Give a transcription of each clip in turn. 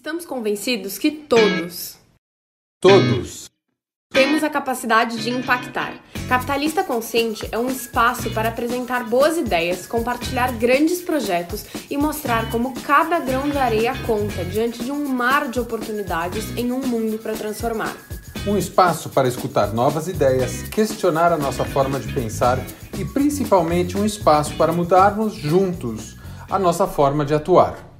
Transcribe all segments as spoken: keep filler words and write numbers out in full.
Estamos convencidos que todos, Todos. temos a capacidade de impactar. Capitalista Consciente é um espaço para apresentar boas ideias, compartilhar grandes projetos e mostrar como cada grão de areia conta diante de um mar de oportunidades em um mundo para transformar. Um espaço para escutar novas ideias, questionar a nossa forma de pensar e principalmente um espaço para mudarmos juntos a nossa forma de atuar.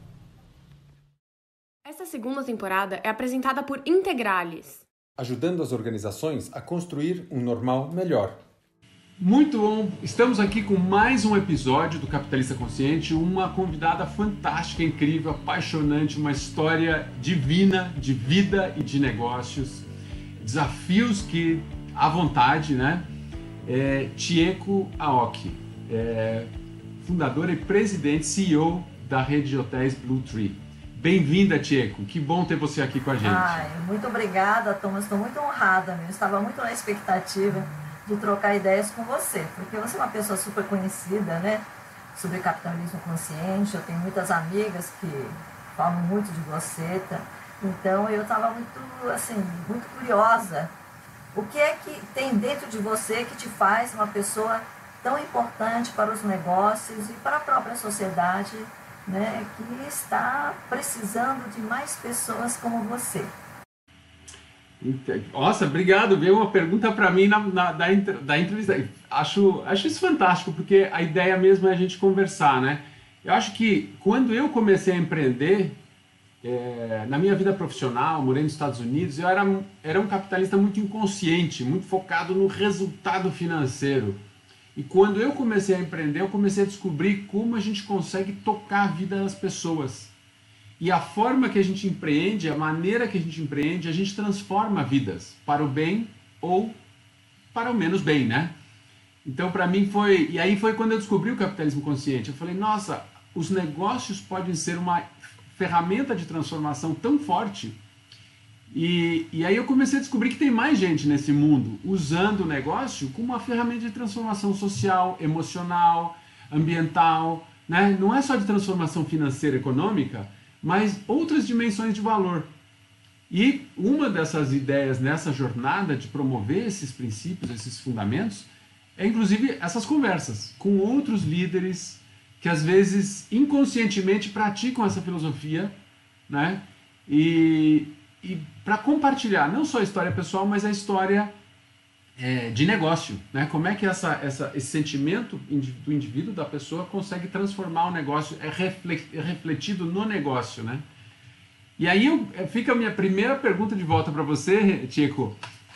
Essa segunda temporada é apresentada por Integralis, Ajudando as organizações a construir um normal melhor. Muito bom, estamos aqui com mais um episódio do Capitalista Consciente, uma convidada fantástica, incrível, apaixonante, uma história divina de vida e de negócios, desafios que, à vontade, né? É, Chieko Aoki, é, fundadora e presidente, C E O da rede de hotéis Blue Tree. Bem-vinda, Chieko. Que bom ter você aqui com a gente. Ai, muito obrigada, Thomas. Estou muito honrada mesmo. Estava muito na expectativa de trocar ideias com você, porque você é uma pessoa super conhecida, né? Sobre capitalismo consciente. Eu tenho muitas amigas que falam muito de você, tá? Então eu estava muito, assim, muito curiosa. O que é que tem dentro de você que te faz uma pessoa tão importante para os negócios e para a própria sociedade, né, que está precisando de mais pessoas como você? Nossa, obrigado. Veio uma pergunta para mim na, na, da, da entrevista. Acho, acho isso fantástico, porque a ideia mesmo é a gente conversar, né? Eu acho que quando eu comecei a empreender, é, na minha vida profissional, morei nos Estados Unidos, eu era, era um capitalista muito inconsciente, muito focado no resultado financeiro. E quando eu comecei a empreender, eu comecei a descobrir como a gente consegue tocar a vida das pessoas. E a forma que a gente empreende, a maneira que a gente empreende, a gente transforma vidas para o bem ou para o menos bem, né? Então, para mim foi... E aí foi quando eu descobri o capitalismo consciente. Eu falei, nossa, os negócios podem ser uma ferramenta de transformação tão forte. E, e aí eu comecei a descobrir que tem mais gente nesse mundo usando o negócio como uma ferramenta de transformação social, emocional, ambiental, né? Não é só de transformação financeira e econômica, mas outras dimensões de valor. E uma dessas ideias nessa jornada de promover esses princípios, esses fundamentos, é inclusive essas conversas com outros líderes que às vezes inconscientemente praticam essa filosofia, né? E... e para compartilhar não só a história pessoal, mas a história é, de negócio, né? Como é que essa, essa, esse sentimento do indivíduo, da pessoa, consegue transformar o negócio, é, é refletido no negócio, né? E aí eu, fica a minha primeira pergunta de volta para você, Chieko.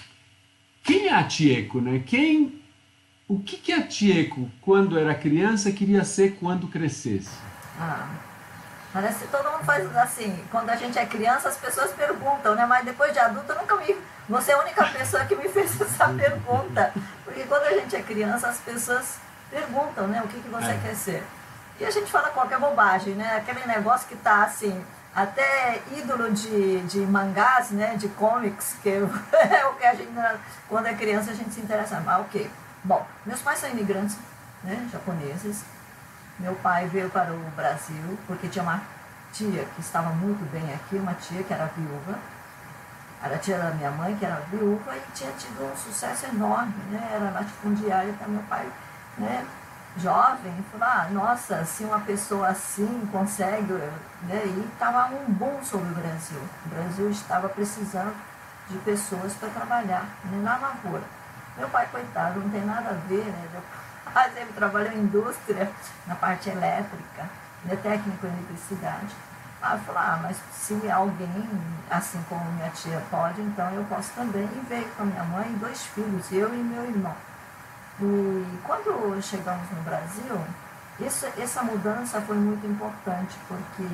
Quem é a Chieko, né? Quem, o que, que a Chieko, quando era criança, queria ser quando crescesse? Ah... Parece que todo mundo faz assim, quando a gente é criança as pessoas perguntam, né? Mas depois de adulta nunca me... Você é a única pessoa que me fez essa pergunta. Porque quando a gente é criança as pessoas perguntam, né? O que, que você é. quer ser? E a gente fala qualquer bobagem, né? Aquele negócio que tá assim, até ídolo de, de mangás, né? De comics, que é o que a gente, quando é criança a gente se interessa mais. Ok. Bom, meus pais são imigrantes, né? Japoneses. Meu pai veio para o Brasil porque tinha uma tia que estava muito bem aqui, uma tia que era viúva, era a tia da minha mãe que era viúva e tinha tido um sucesso enorme, né? Era latifundiária, então meu pai, né, jovem, falou, ah, nossa, se uma pessoa assim consegue, né? E estava um boom sobre o Brasil, o Brasil estava precisando de pessoas para trabalhar, né, na lavoura. Meu pai, coitado, não tem nada a ver, né? Mas ele trabalhou em indústria, na parte elétrica, né, técnico em eletricidade. Aí eu falei, ah, mas se alguém, assim como minha tia pode, então eu posso também. E veio com a minha mãe e dois filhos, eu e meu irmão. E quando chegamos no Brasil, isso, essa mudança foi muito importante, porque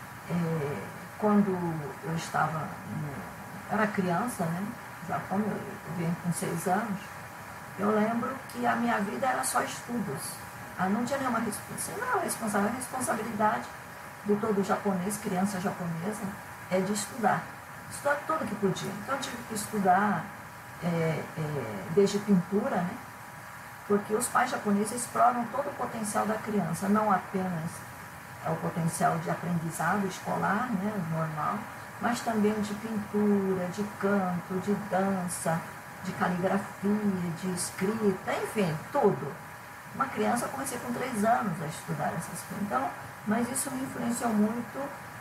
é, quando eu estava, no, era criança, né, já como eu vim com seis anos, eu lembro que a minha vida era só estudos. Ah, não tinha nenhuma responsabilidade. Não, responsabilidade, a responsabilidade de todo japonês, criança japonesa, é de estudar. Estudar tudo que podia. Então eu tive que estudar é, é, desde pintura, né? Porque os pais japoneses exploram todo o potencial da criança, não apenas o potencial de aprendizado escolar, né, normal, mas também de pintura, de canto, de dança, de caligrafia, de escrita, enfim, tudo. Uma criança, eu comecei com três anos a estudar essas coisas, então, mas isso me influenciou muito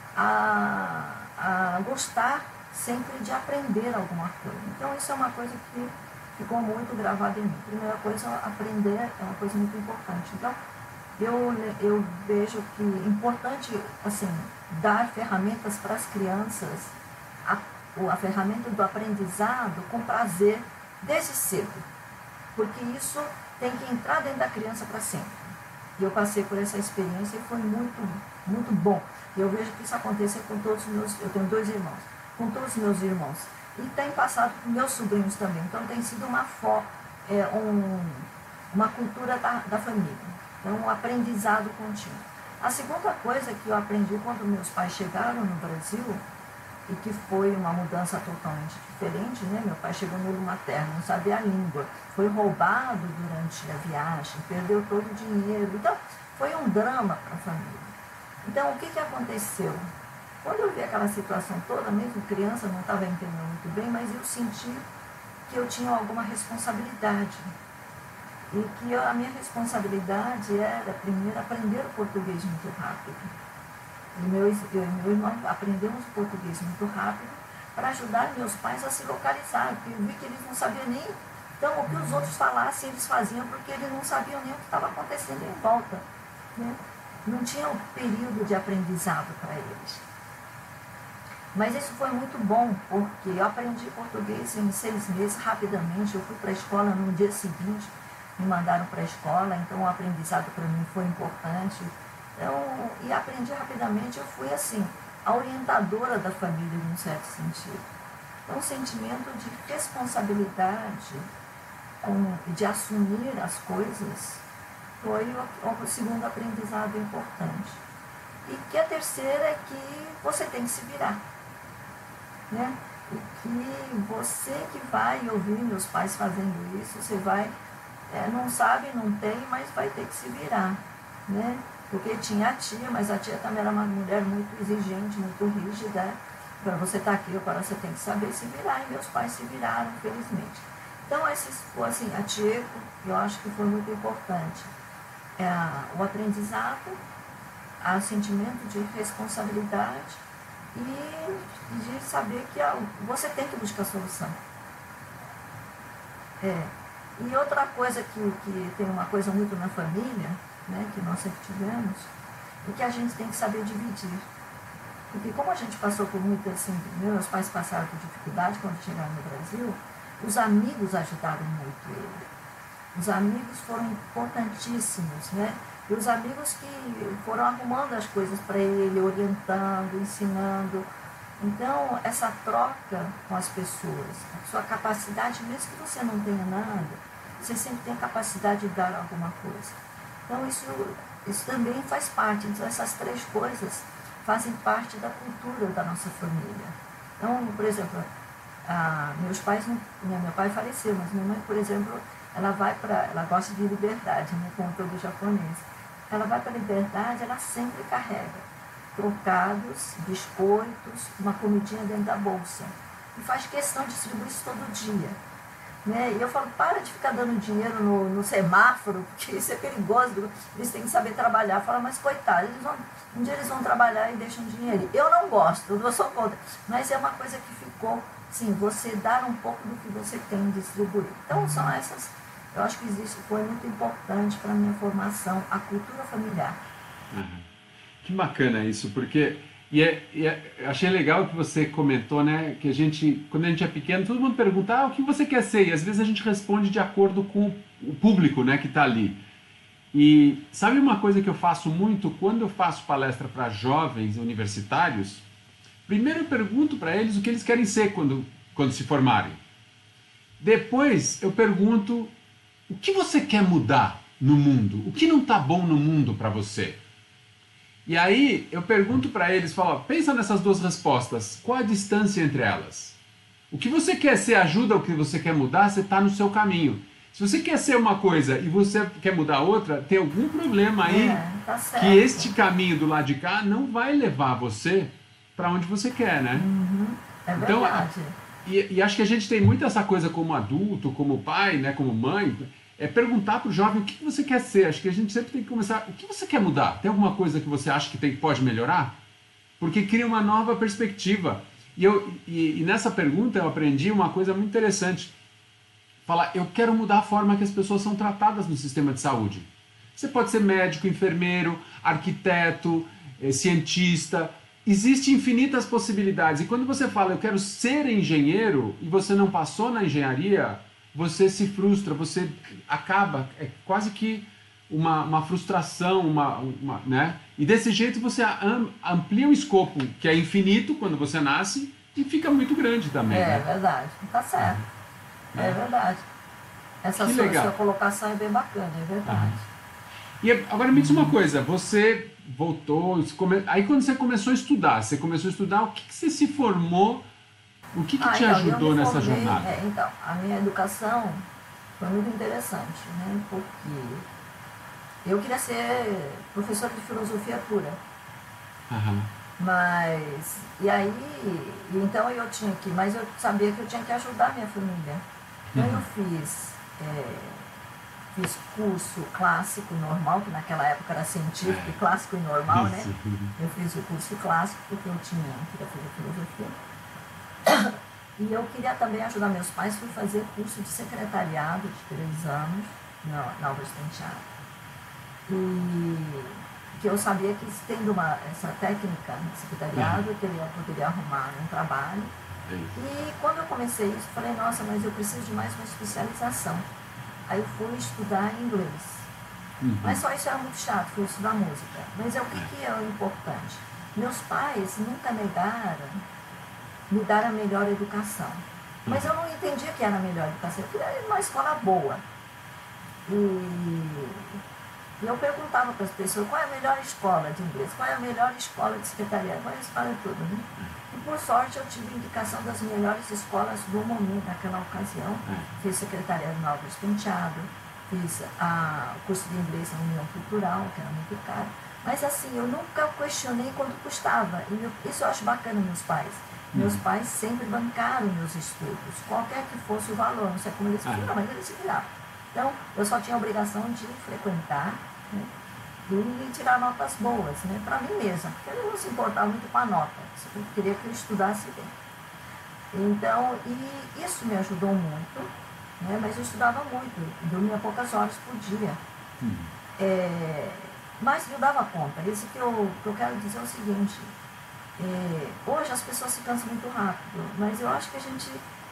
a, a gostar sempre de aprender alguma coisa. Então isso é uma coisa que ficou muito gravada em mim. Primeira coisa, aprender é uma coisa muito importante. Então, eu, eu vejo que é importante, assim, dar ferramentas para as crianças, a, a ferramenta do aprendizado com prazer desde cedo, porque isso tem que entrar dentro da criança para sempre. E eu passei por essa experiência e foi muito, muito bom. E eu vejo que isso acontecer com todos os meus, eu tenho dois irmãos, com todos os meus irmãos. E tem passado com meus sobrinhos também. Então tem sido uma, fo, é, um, uma cultura da, da família. Então um aprendizado contínuo. A segunda coisa que eu aprendi quando meus pais chegaram no Brasil, e que foi uma mudança totalmente diferente, né? Meu pai chegou no materno, não sabia a língua, foi roubado durante a viagem, perdeu todo o dinheiro. Então foi um drama para a família. Então o que, que aconteceu? Quando eu vi aquela situação toda, mesmo criança, não estava entendendo muito bem, mas eu senti que eu tinha alguma responsabilidade. E que eu, a minha responsabilidade era, primeiro, aprender o português muito rápido. E meu, eu e meu irmão aprendemos o português muito rápido para ajudar meus pais a se localizar, porque eu vi que eles não sabiam nem... Então, o que os outros falassem, eles faziam, porque eles não sabiam nem o que estava acontecendo em volta. Né? Não tinha um período de aprendizado para eles. Mas isso foi muito bom, porque eu aprendi português em seis meses, rapidamente. Eu fui para a escola no dia seguinte, me mandaram para a escola, então o aprendizado para mim foi importante. Então, e aprendi rapidamente, eu fui assim, a orientadora da família, em um certo sentido. Então, o sentimento de responsabilidade, com, de assumir as coisas, foi o, o segundo aprendizado importante. E que a terceira é que você tem que se virar. Né? E que você que vai ouvir meus pais fazendo isso, você vai, é, não sabe, não tem, mas vai ter que se virar. Né? Porque tinha a tia, mas a tia também era uma mulher muito exigente, muito rígida. Para você estar aqui, agora você tem que saber se virar, e meus pais se viraram, felizmente. Então, esses, assim, a tia, eu acho que foi muito importante. É, o aprendizado, o sentimento de responsabilidade e de saber que você tem que buscar solução. É. E outra coisa que, que tem uma coisa muito na família, né, que nós sempre tivemos, é que a gente tem que saber dividir. Porque como a gente passou por muito assim, meus pais passaram por dificuldade quando chegaram no Brasil, os amigos ajudaram muito ele. Os amigos foram importantíssimos, né? E os amigos que foram arrumando as coisas para ele, orientando, ensinando. Então, essa troca com as pessoas, a sua capacidade, mesmo que você não tenha nada, você sempre tem a capacidade de dar alguma coisa. Então, isso, isso também faz parte. Então, essas três coisas fazem parte da cultura da nossa família. Então, por exemplo, a, meus pais, não, meu pai faleceu, mas minha mãe, por exemplo, ela vai para, ela gosta de liberdade, né, como todo japonês. Ela vai para a liberdade, ela sempre carrega trocados, biscoitos, uma comidinha dentro da bolsa. E faz questão de distribuir isso todo dia. Né? E eu falo, para de ficar dando dinheiro no, no semáforo, porque isso é perigoso, eles têm que saber trabalhar. Fala, mas coitado, eles vão, um dia eles vão trabalhar e deixam dinheiro. Eu não gosto, eu sou contra. Mas é uma coisa que ficou, sim, você dar um pouco do que você tem distribuir. Então são essas... Eu acho que isso foi muito importante para a minha formação, a cultura familiar. Uhum. Que bacana isso, porque e é, e é, eu achei legal que você comentou, né, que a gente, quando a gente é pequeno, todo mundo pergunta, ah, o que você quer ser? E às vezes a gente responde de acordo com o público, né, que está ali. E sabe uma coisa que eu faço muito quando eu faço palestra para jovens universitários? Primeiro eu pergunto para eles o que eles querem ser quando, quando se formarem. Depois eu pergunto o que você quer mudar no mundo? O que não está bom no mundo para você? E aí eu pergunto para eles, falo, pensa nessas duas respostas, qual a distância entre elas? O que você quer ser ajuda ao que você quer mudar, você está no seu caminho. Se você quer ser uma coisa e você quer mudar outra, tem algum problema aí é, tá certo. Que este caminho do lado de cá não vai levar você para onde você quer, né? Uhum. É então, verdade. E, e acho que a gente tem muito essa coisa como adulto, como pai, né, como mãe, é perguntar para o jovem o que você quer ser. Acho que a gente sempre tem que começar, o que você quer mudar? Tem alguma coisa que você acha que tem, pode melhorar? Porque cria uma nova perspectiva. E, eu, e, e nessa pergunta eu aprendi uma coisa muito interessante. Falar, eu quero mudar a forma que as pessoas são tratadas no sistema de saúde. Você pode ser médico, enfermeiro, arquiteto, eh, cientista. Existem infinitas possibilidades. E quando você fala, eu quero ser engenheiro, e você não passou na engenharia, você se frustra, você acaba, é quase que uma, uma frustração, uma, uma, né? E desse jeito você amplia o escopo, que é infinito quando você nasce, e fica muito grande também. É né? verdade, tá certo. É, é verdade. Essa sua, sua colocação é bem bacana, é verdade. Uhum. E agora me diz uma coisa, você voltou, aí quando você começou a estudar, você começou a estudar, o que, que você se formou, o que, que ah, te então, ajudou me nessa formei, jornada? É, então, a minha educação foi muito interessante, né? Porque eu queria ser professora de filosofia pura. Uhum. Mas, e aí, então eu tinha que, mas eu sabia que eu tinha que ajudar a minha família. Então uhum. eu fiz... É, Fiz curso clássico normal, que naquela época era científico, é. clássico e normal, né? Eu fiz o curso clássico porque eu tinha, queria fazer filosofia. E eu queria também ajudar meus pais, fui fazer curso de secretariado de três anos na, na Álvares Penteado. E que eu sabia que tendo uma, essa técnica de secretariado, eu teria, poderia arrumar um trabalho. É. E quando eu comecei isso, falei, nossa, mas eu preciso de mais uma especialização. Aí eu fui estudar inglês. Uhum. Mas só isso era muito chato, fui estudar música. Mas é o que, que é o importante? Meus pais nunca negaram me dar a melhor educação. Mas eu não entendia que era a melhor educação. Eu queria ir numa escola boa. E, e eu perguntava para as pessoas qual é a melhor escola de inglês, qual é a melhor escola de secretariado, qual é a escola de tudo, né? E por sorte eu tive indicação das melhores escolas do momento, naquela ocasião. Fiz secretariado na Álvares Penteado, fiz a, o curso de inglês na União Cultural, que era muito caro. Mas assim, eu nunca questionei quanto custava. E eu, isso eu acho bacana, meus pais. Meus pais sempre bancaram meus estudos, qualquer que fosse o valor, não sei como eles viram, mas eles se viravam. Então, eu só tinha a obrigação de frequentar, né, e tirar notas boas, né, para mim mesma, porque eu não se importava muito com a nota, eu queria que eu estudasse bem. Então, e isso me ajudou muito, né, mas eu estudava muito, dormia poucas horas por dia. Hum. É, mas eu dava conta. Isso que eu, que eu quero dizer é o seguinte, é, hoje as pessoas se cansam muito rápido, mas eu acho que a gente...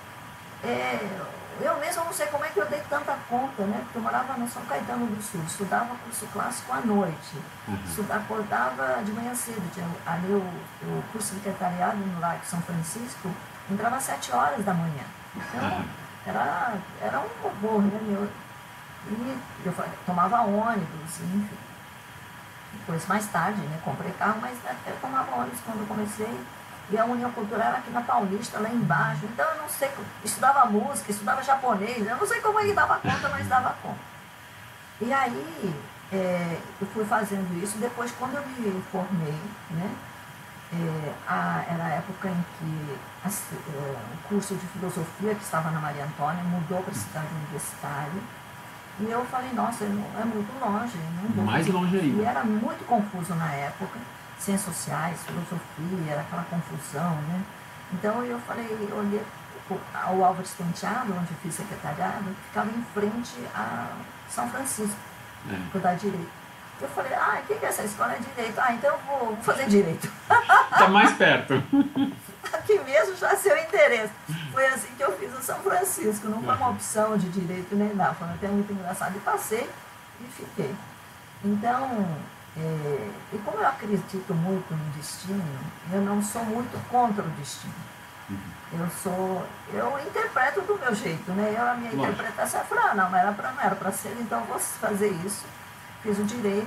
É, eu mesma não sei como é que eu dei tanta conta, né? Porque eu morava no São Caetano do Sul, estudava curso clássico à noite, uhum. estudava, acordava de manhã cedo, tinha ali o, o curso de secretariado no Largo São Francisco, entrava às sete horas da manhã. Então, era, era um horror, né? Eu, e eu tomava ônibus, enfim. Depois, mais tarde, né? Comprei carro, mas eu tomava ônibus quando eu comecei. E a União Cultural era aqui na Paulista, lá embaixo. Então eu não sei, estudava música, estudava japonês, eu não sei como ele dava conta, mas dava conta. E aí é, eu fui fazendo isso, depois quando eu me formei, né, é, a, era a época em que a, é, o curso de filosofia que estava na Maria Antônia mudou para a cidade universitária. E eu falei, nossa, é muito longe. Não vou Mais fazer. longe ainda. E era muito confuso na época. Ciências sociais, filosofia, era aquela confusão, né? Então eu falei, eu olhei ao Álvares Penteado, onde eu fiz secretariado, ficava em frente a São Francisco, é. Para dar direito. Eu falei, ah, o que é essa escola? É direito. Ah, então eu vou fazer direito. Está mais perto. Aqui mesmo já é seu interesse. Foi assim que eu fiz o São Francisco, não foi uma opção de direito nem nada, foi até muito engraçado. E passei e fiquei. Então... É, e como eu acredito muito no destino, eu não sou muito contra o destino. Uhum. Eu sou, eu interpreto do meu jeito, né? Eu, a minha Lógico. interpretação é falar, ah, não, era pra, não era para ser, então eu vou fazer isso. Fiz o direito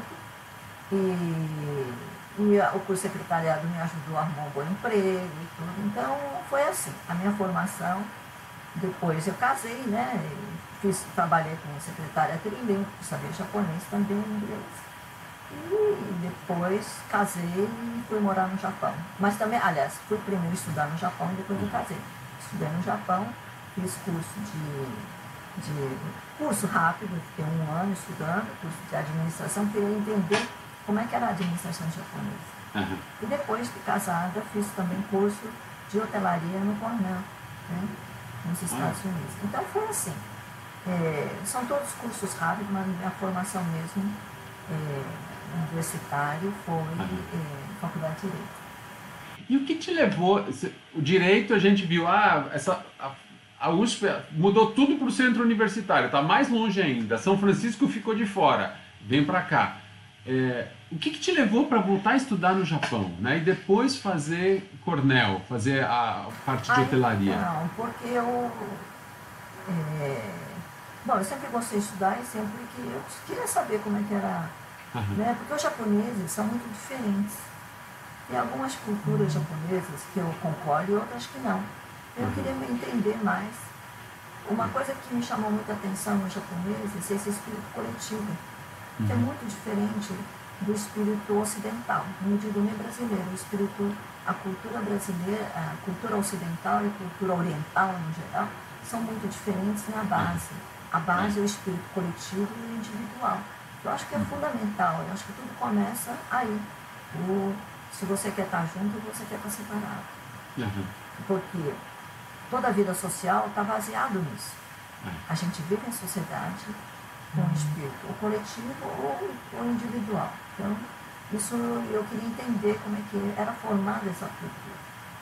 e, e a, o curso de secretariado me ajudou a arrumar um bom emprego e tudo. Então foi assim, a minha formação. Depois eu casei, né? Fiz, trabalhei como secretária trilingue, sabia japonês também, inglês. E depois casei e fui morar no Japão. Mas também, aliás, fui primeiro estudar no Japão e depois eu casei. Estudei no Japão, fiz curso de, de curso rápido, fiquei um ano estudando, curso de administração, queria entender como é que era a administração japonesa. Uhum. E depois de casada, fiz também curso de hotelaria no Cornell, né, nos Estados uhum. Unidos. Então foi assim. É, são todos cursos rápidos, mas minha formação mesmo é, universitária foi uhum. é, faculdade de Direito. E o que te levou, o direito a gente viu, ah, essa, a, a U S P mudou tudo para o centro universitário, está mais longe ainda, São Francisco ficou de fora, vem para cá. É, o que, que te levou para voltar a estudar no Japão, né? E depois fazer Cornell, fazer a parte de Ai, hotelaria? Não, porque eu... É, bom, eu sempre gostei de estudar e sempre que eu queria saber como é que era, uhum. né? Porque os japoneses são muito diferentes. Tem algumas culturas japonesas que eu concordo e outras que não. Eu queria me entender mais. Uma coisa que me chamou muita atenção nos japoneses é esse espírito coletivo, que é muito diferente do espírito ocidental. Não digo nem brasileiro, o espírito, a cultura brasileira, a cultura ocidental e a cultura oriental no geral são muito diferentes na base. A base é o espírito coletivo e individual. Eu acho que é fundamental, eu acho que tudo começa aí. O, se você quer estar junto, você quer estar separado. Uhum. Porque toda a vida social está baseado nisso. A gente vive em sociedade com o espírito, ou coletivo ou, ou individual. Então, isso eu queria entender como é que era formada essa cultura.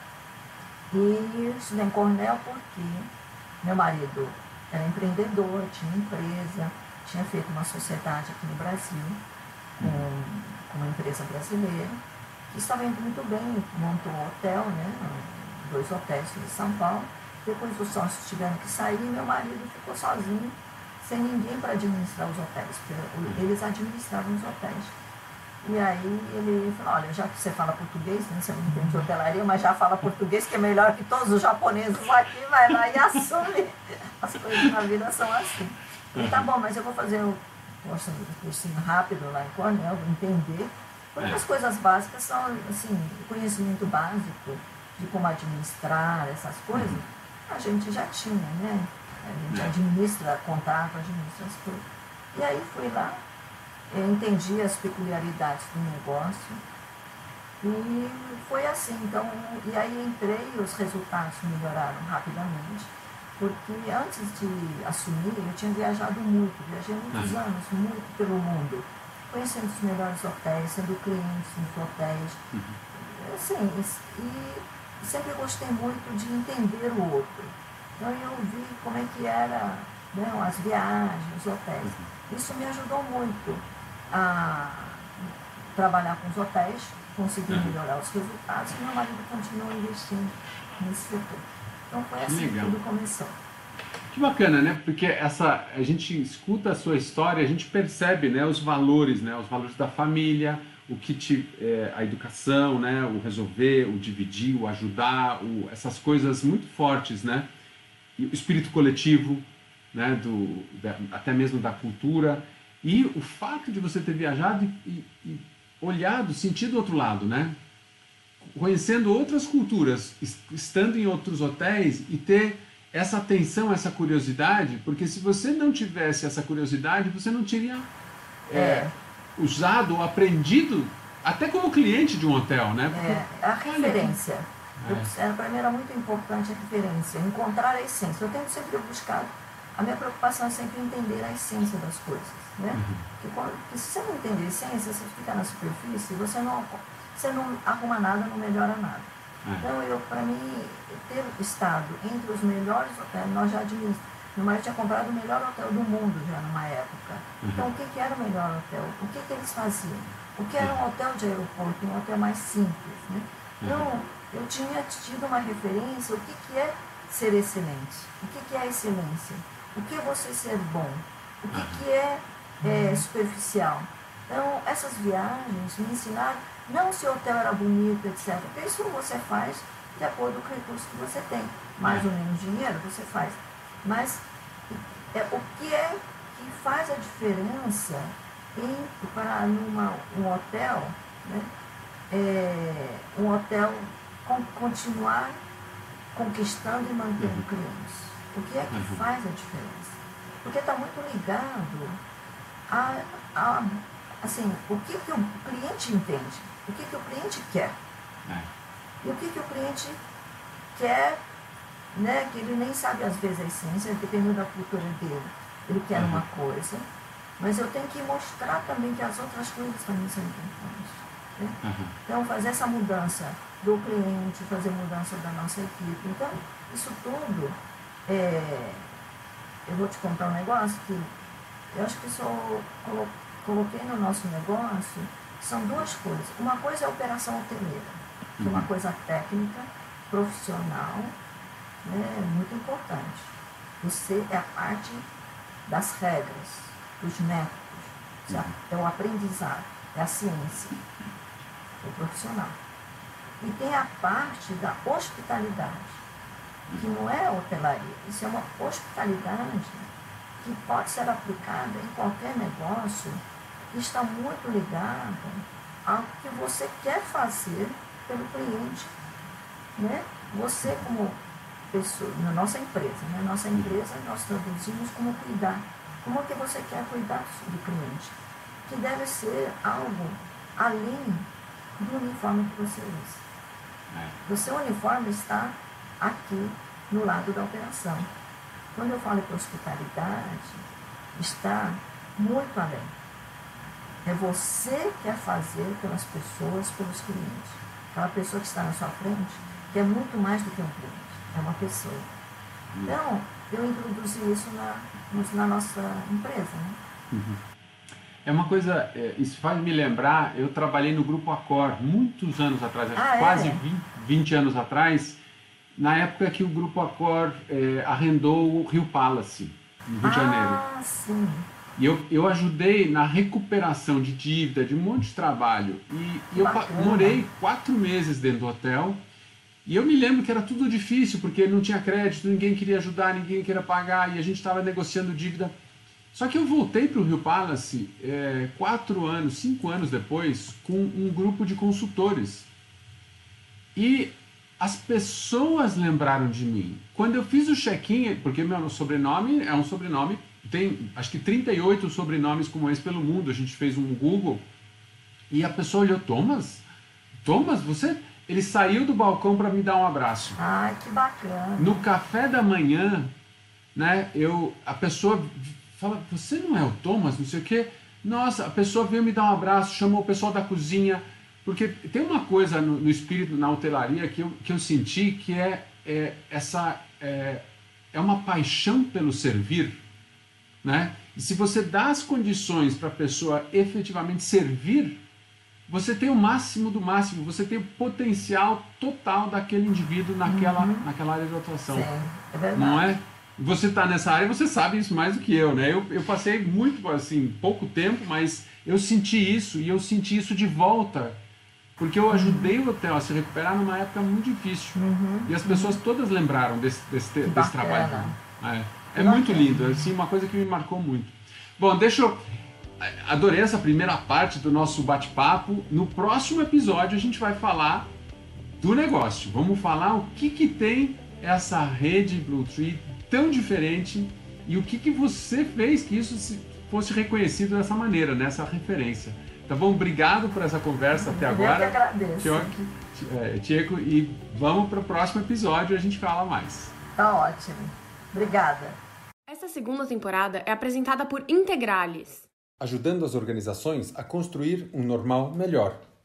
E estudei em Cornell porque meu marido era empreendedor, tinha empresa, tinha feito uma sociedade aqui no Brasil, com, com uma empresa brasileira, que estava indo muito bem, montou um hotel, né, dois hotéis de São Paulo. Depois os sócios tiveram que sair e meu marido ficou sozinho, sem ninguém para administrar os hotéis, porque eles administravam os hotéis. E aí ele falou, olha, já que você fala português, né, você não entende hotelaria, mas já fala português, que é melhor que todos os japoneses aqui, vai lá e assume. As coisas na vida são assim. E tá bom, mas eu vou fazer um cursinho rápido lá em Cornell, vou entender, porque as coisas básicas são, assim, conhecimento básico de como administrar essas coisas, a gente já tinha, né? A gente administra contrato, administra as coisas. E aí fui lá, entendi as peculiaridades do negócio e foi assim. Então, e aí entrei e os resultados melhoraram rapidamente, porque antes de assumir eu tinha viajado muito, viajei muitos uhum. anos, muito pelo mundo, conhecendo os melhores hotéis, sendo cliente nos hotéis, uhum. assim, e sempre gostei muito de entender o outro. Então eu vi como é que era, né, as viagens, os hotéis. Isso me ajudou muito a trabalhar com os hotéis, conseguir melhorar os resultados e meu marido continuou investindo nesse setor. Então foi assim que tudo começou. Que bacana, né? Porque essa, a gente escuta a sua história, a gente percebe, né, os valores, né, os valores da família, o que te, é, a educação, né, o resolver, o dividir, o ajudar, o, essas coisas muito fortes, né? E o espírito coletivo, né, do, da, até mesmo da cultura, e o fato de você ter viajado e, e olhado, sentido o outro lado, né, conhecendo outras culturas, estando em outros hotéis e ter essa atenção, essa curiosidade, porque se você não tivesse essa curiosidade, você não teria é, é. usado ou aprendido, até como cliente de um hotel, né? Porque, é, a referência. É. Para mim era muito importante a referência, encontrar a essência. Eu tenho sempre buscado, a minha preocupação é sempre entender a essência das coisas, né? Uhum. Porque, quando, porque se você não entender a essência, você fica na superfície, você não, você não arruma nada, não melhora nada. Uhum. Então, eu, para mim, ter estado entre os melhores hotéis, nós já administramos. Meu marido tinha comprado o melhor hotel do mundo já numa época. Uhum. Então, o que, que era o melhor hotel? O que, que eles faziam? O que era um hotel de aeroporto, um hotel mais simples, né? Então, uhum. eu tinha tido uma referência, o que, que é ser excelente, o que, que é excelência, o que é você ser bom, o que, que é, é superficial. Então, essas viagens me ensinaram, não se o hotel era bonito, etcétera, porque isso você faz de acordo com o recurso que você tem, mais ou menos dinheiro você faz, mas é, o que é que faz a diferença ir para numa, um hotel, né? É, um hotel com, continuar conquistando e mantendo uhum. clientes. O que é que uhum. faz a diferença? Porque está muito ligado a, a assim, o que, que o cliente entende, o que, que o cliente quer. É. E o que, que o cliente quer, né, que ele nem sabe às vezes a essência, dependendo da cultura dele. Ele quer uhum. uma coisa, mas eu tenho que mostrar também que as outras coisas também são importantes. Né? Uhum. Então, fazer essa mudança do cliente, fazer mudança da nossa equipe. Então, isso tudo, é, eu vou te contar um negócio que eu acho que só coloquei no nosso negócio, são duas coisas. Uma coisa é a operação hoteleira, que é uma coisa técnica, profissional, né, muito importante. Você é a parte das regras, dos métodos, é o aprendizado, é a ciência, é o profissional. E tem a parte da hospitalidade, que não é hotelaria, isso é uma hospitalidade que pode ser aplicada em qualquer negócio que está muito ligado ao que você quer fazer pelo cliente. Né? Você como pessoa, na nossa empresa, na né? nossa empresa nós traduzimos como cuidar. Como que você quer cuidar do cliente? Que deve ser algo além do uniforme que você usa. O seu uniforme está aqui no lado da operação. Quando eu falo de hospitalidade, está muito além. É você que quer fazer pelas pessoas, pelos clientes. Aquela pessoa que está na sua frente, que é muito mais do que um cliente, é uma pessoa. Então, eu introduzi isso na, na nossa empresa. Né? Uhum. É uma coisa, isso faz me lembrar, eu trabalhei no Grupo Accor muitos anos atrás, ah, quase é? vinte anos atrás, na época que o Grupo Accor é, arrendou o Rio Palace, no Rio ah, de Janeiro. Ah, sim. E eu, eu ajudei na recuperação de dívida, de um monte de trabalho. E, e eu morei quatro meses dentro do hotel. E eu me lembro que era tudo difícil, porque não tinha crédito, ninguém queria ajudar, ninguém queria pagar, e a gente estava negociando dívida. Só que eu voltei para o Rio Palace é, quatro anos, cinco anos depois, com um grupo de consultores. E as pessoas lembraram de mim. Quando eu fiz o check-in, porque meu sobrenome é um sobrenome, tem acho que trinta e oito sobrenomes como esse pelo mundo, a gente fez um Google, e a pessoa olhou, Thomas? Thomas, você... Ele saiu do balcão para me dar um abraço. Ai, que bacana. No café da manhã, né, eu, a pessoa fala, você não é o Thomas, não sei o quê. Nossa, a pessoa veio me dar um abraço, chamou o pessoal da cozinha. Porque tem uma coisa no, no espírito, na hotelaria, que eu, que eu senti, que é, é, essa, é, é uma paixão pelo servir. Né? E se você dá as condições para a pessoa efetivamente servir, você tem o máximo do máximo, você tem o potencial total daquele indivíduo naquela, uhum. naquela área de atuação. Sim, é verdade. Não é? Você está nessa área, você sabe isso mais do que eu, né? Eu, eu passei muito, assim, pouco tempo, mas eu senti isso, e eu senti isso de volta, porque eu ajudei uhum. o hotel a se recuperar numa época muito difícil. Uhum. E as pessoas todas lembraram desse, desse, desse trabalho. É, é muito lindo, assim, uma coisa que me marcou muito. Bom, deixa eu... Adorei essa primeira parte do nosso bate-papo. No próximo episódio a gente vai falar do negócio. Vamos falar o que, que tem essa rede Bluetree tão diferente e o que, que você fez que isso fosse reconhecido dessa maneira, nessa referência. Tá bom? Obrigado por essa conversa até agora. Eu que agradeço. Tcheco, e vamos para o próximo episódio e a gente fala mais. Tá ótimo. Obrigada. Essa segunda temporada é apresentada por Integralis, ajudando as organizações a construir um normal melhor.